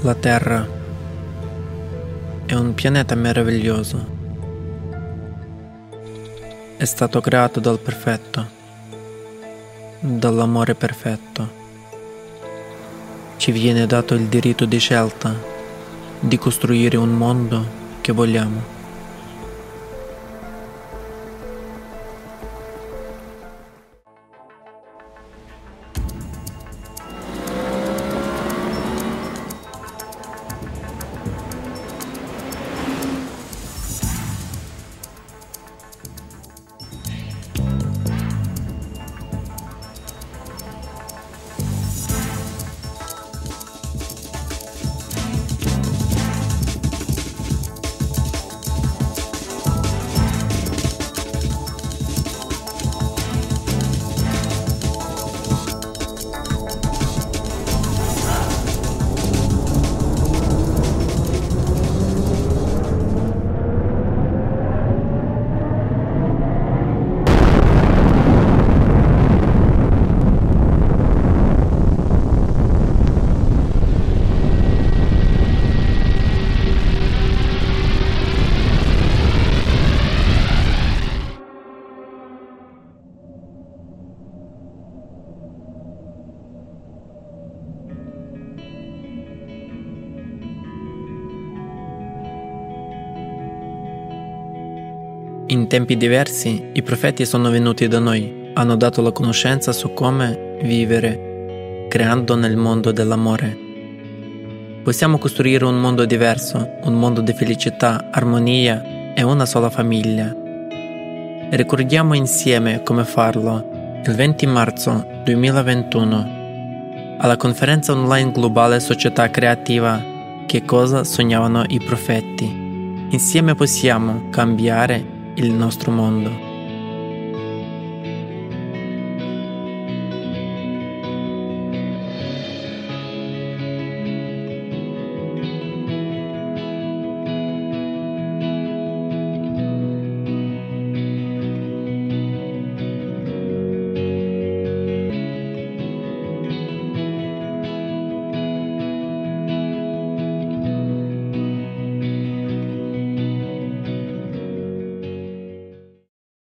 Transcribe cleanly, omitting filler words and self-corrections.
La Terra è un pianeta meraviglioso. È stato creato dal perfetto, dall'amore perfetto. Ci viene dato il diritto di scelta di costruire un mondo che vogliamo. In tempi diversi, i profeti sono venuti da noi, hanno dato la conoscenza su come vivere, creando nel mondo dell'amore. Possiamo costruire un mondo diverso, un mondo di felicità, armonia e una sola famiglia. Ricordiamo insieme come farlo il 20 marzo 2021 alla conferenza online globale Società Creativa Che cosa sognavano i profeti. Insieme possiamo cambiare il nostro mondo.